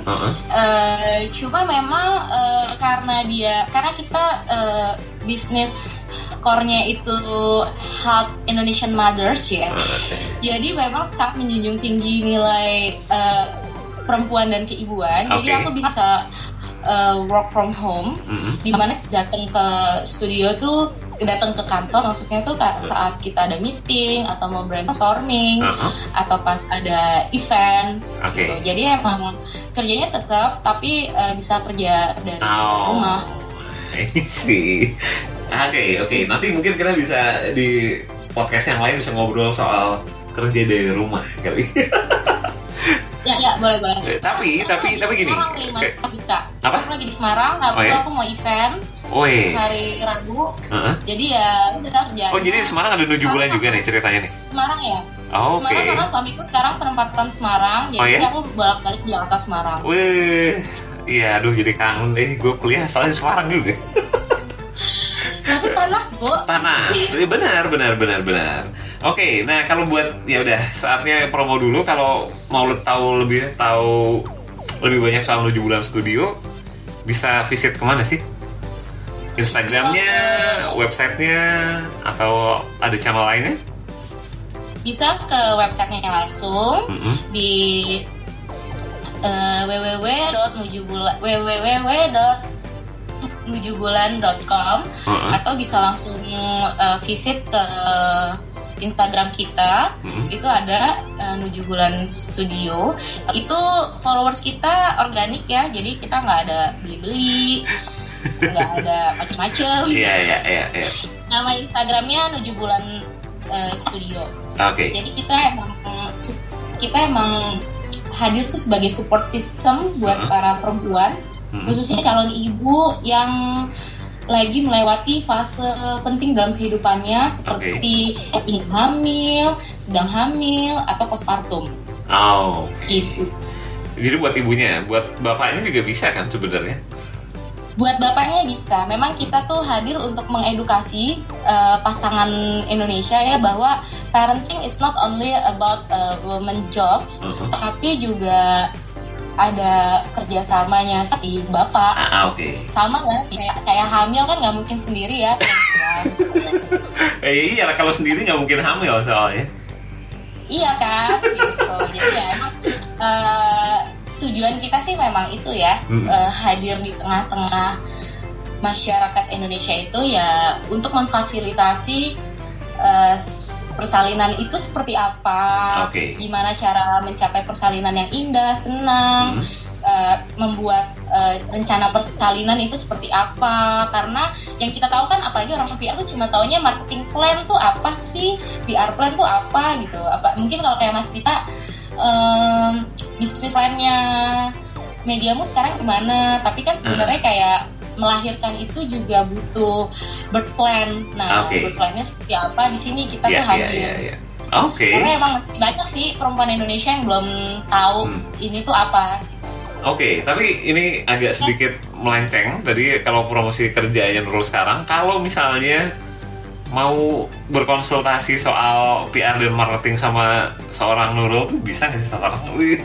Cuma memang karena kita bisnis core-nya itu Help Indonesian Mothers ya. Jadi memang sangat menjunjung tinggi nilai perempuan dan keibuan. Jadi aku bisa work from home, di mana datang ke studio tuh, datang ke kantor maksudnya tuh saat kita ada meeting atau mau brainstorming atau pas ada event gitu. Jadi emang kerjanya tetap tapi bisa kerja dari rumah. Ini sih. Oke. Nanti mungkin kita bisa di podcast yang lain bisa ngobrol soal kerja dari rumah kali. Ya, boleh. Tapi gini. Apa? Aku lagi di Semarang, aku mau event. Hari Rabu. Jadi ya udah kerja. Jadi Semarang ada 7 bulan juga nih ceritanya nih. Semarang ya. Semarang karena suamiku sekarang penempatan Semarang, jadi aku bolak-balik Jakarta Semarang. Iya, aduh jadi kangen deh. Gue kuliah soalnya di Semarang juga. Tapi panas, Bu. Panas. Benar. Oke, nah kalau buat ya udah saatnya promo dulu. Kalau mau tahu lebih banyak soal 7 bulan studio, bisa visit kemana sih? Instagramnya, websitenya, atau ada channel lainnya? Bisa ke websitenya langsung di www.nujubulan.com atau bisa langsung visit ke Instagram kita. Itu ada 7 bulan studio. Itu followers kita organik ya, jadi kita nggak ada beli-beli, nggak ada macam-macam. Iya. Nama Instagramnya 7 bulan studio. Jadi kita emang hadir tuh sebagai support system buat para perempuan, khususnya calon ibu yang lagi melewati fase penting dalam kehidupannya seperti ingin hamil, sedang hamil, atau postpartum. Gitu. Jadi buat ibunya, buat bapaknya juga bisa kan sebenarnya? Buat bapaknya bisa. Memang kita tuh hadir untuk mengedukasi pasangan Indonesia ya, bahwa parenting is not only about a woman job, tapi juga ada kerjasamanya si bapak. Sama kan, kayak hamil kan nggak mungkin sendiri ya. Iya, kalau sendiri nggak mungkin hamil soalnya. Iya kan, gitu. Jadi ya emang tujuan kita sih memang itu ya, hadir di tengah-tengah masyarakat Indonesia itu ya untuk memfasilitasi persalinan itu seperti apa, gimana cara mencapai persalinan yang indah, tenang, membuat rencana persalinan itu seperti apa. Karena yang kita tahu kan, apalagi orang PR tuh cuma taunya marketing plan tuh apa sih, PR plan tuh apa gitu. Mungkin kalau kayak Mas Tita, bisnis plan-nya mediamu sekarang gimana, tapi kan sebenarnya kayak melahirkan itu juga butuh birth plan. Nah, birth plan-nya seperti apa, di sini kita tuh hadir. Karena emang banyak sih perempuan Indonesia yang belum tahu ini tuh apa. Tapi ini agak sedikit melenceng. Tadi kalau promosi kerjanya Nurul sekarang, kalau misalnya mau berkonsultasi soal PR dan marketing sama seorang Nurul, bisa nggak sih sekarang?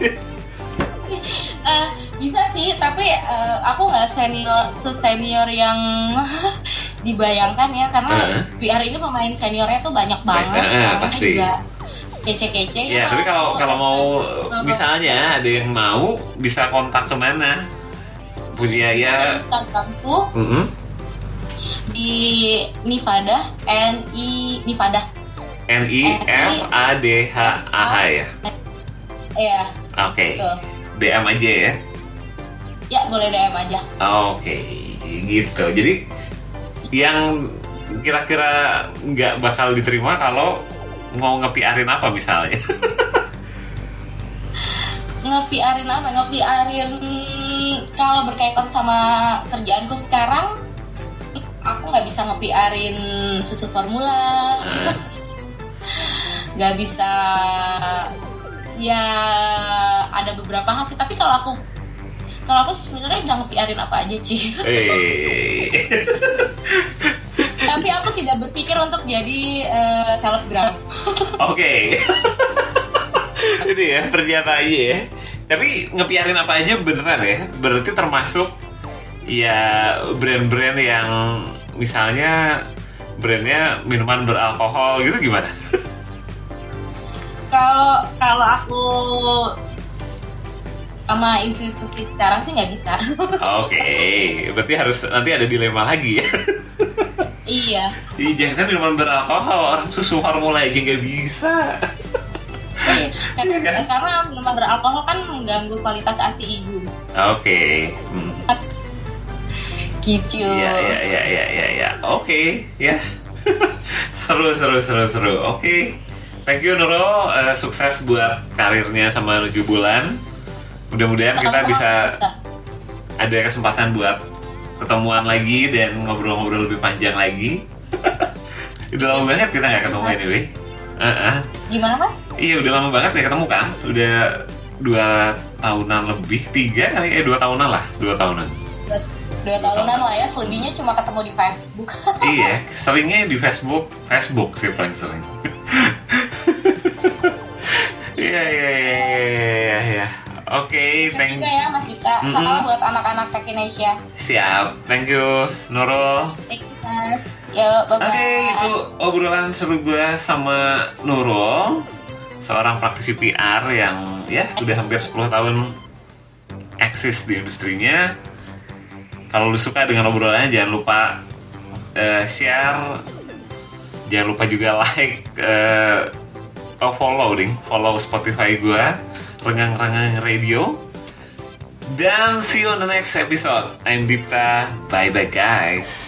Bisa sih, tapi aku nggak senior yang dibayangkan ya, karena PR ini pemain seniornya tuh banyak banget. Pasti. Juga kece-kece ya. Tapi kalau mau misalnya ada yang mau, bisa kontak kemana? Punya ya Instagramku di Nifadah, Nifadah NIFADHAH ya. Iya. Betul. DM aja ya. Ya, boleh DM aja. Gitu. Jadi yang kira-kira nggak bakal diterima kalau mau nge-PR-in apa misalnya? Nge-PR-in apa? Nge-PR-in kalau berkaitan sama kerjaanku sekarang, aku nggak bisa nge-PR-in susu formula. Nggak bisa. Ya ada beberapa hal sih, tapi kalau aku sebenarnya bisa nge-PR-in apa aja sih. Tapi aku tidak berpikir untuk jadi selebgram. Itu ya pernyataannya ya. Tapi nge-PR-in apa aja beneran ya? Berarti termasuk ya brand-brand yang misalnya brandnya minuman beralkohol gitu gimana? Kalau aku sama institusi sekarang sih nggak bisa. Oke, berarti harus nanti ada dilema lagi ya. Iya. Ih, jangan minuman beralkohol, orang susu formula aja nggak bisa. Karena minuman beralkohol kan mengganggu kualitas ASI ibu. Oke. Gitu. Ya. Oke, ya. Seru. Oke. Thank you Nurul, sukses buat karirnya sama 7 bulan. Mudah-mudahan kita bisa ada kesempatan buat ketemuan lagi dan ngobrol-ngobrol lebih panjang lagi. Udah lama banget kita nggak ketemu anyway. Gimana Mas? Iya udah lama banget ya ketemu kan. Udah 2 tahunan lebih, 3 kali 2 tahunan lah, 2 tahunan. 2 tahunan lah ya, selebihnya cuma ketemu di Facebook. Iya, seringnya di Facebook sih paling sering. Iya. Oke, thank you juga ya Mas Dipta. Salam buat anak-anak Tech Indonesia. Siap, thank you Nurul. Thank you Mas. Yo, bye-bye. Oke, itu obrolan seru gue sama Nurul, seorang praktisi PR yang ya udah hampir 10 tahun eksis di industrinya. Kalau lu suka dengan obrolannya jangan lupa share, jangan lupa juga like, follow Spotify gue, Renggang Radio. Dan see you on the next episode. I'm Dipta. Bye bye guys.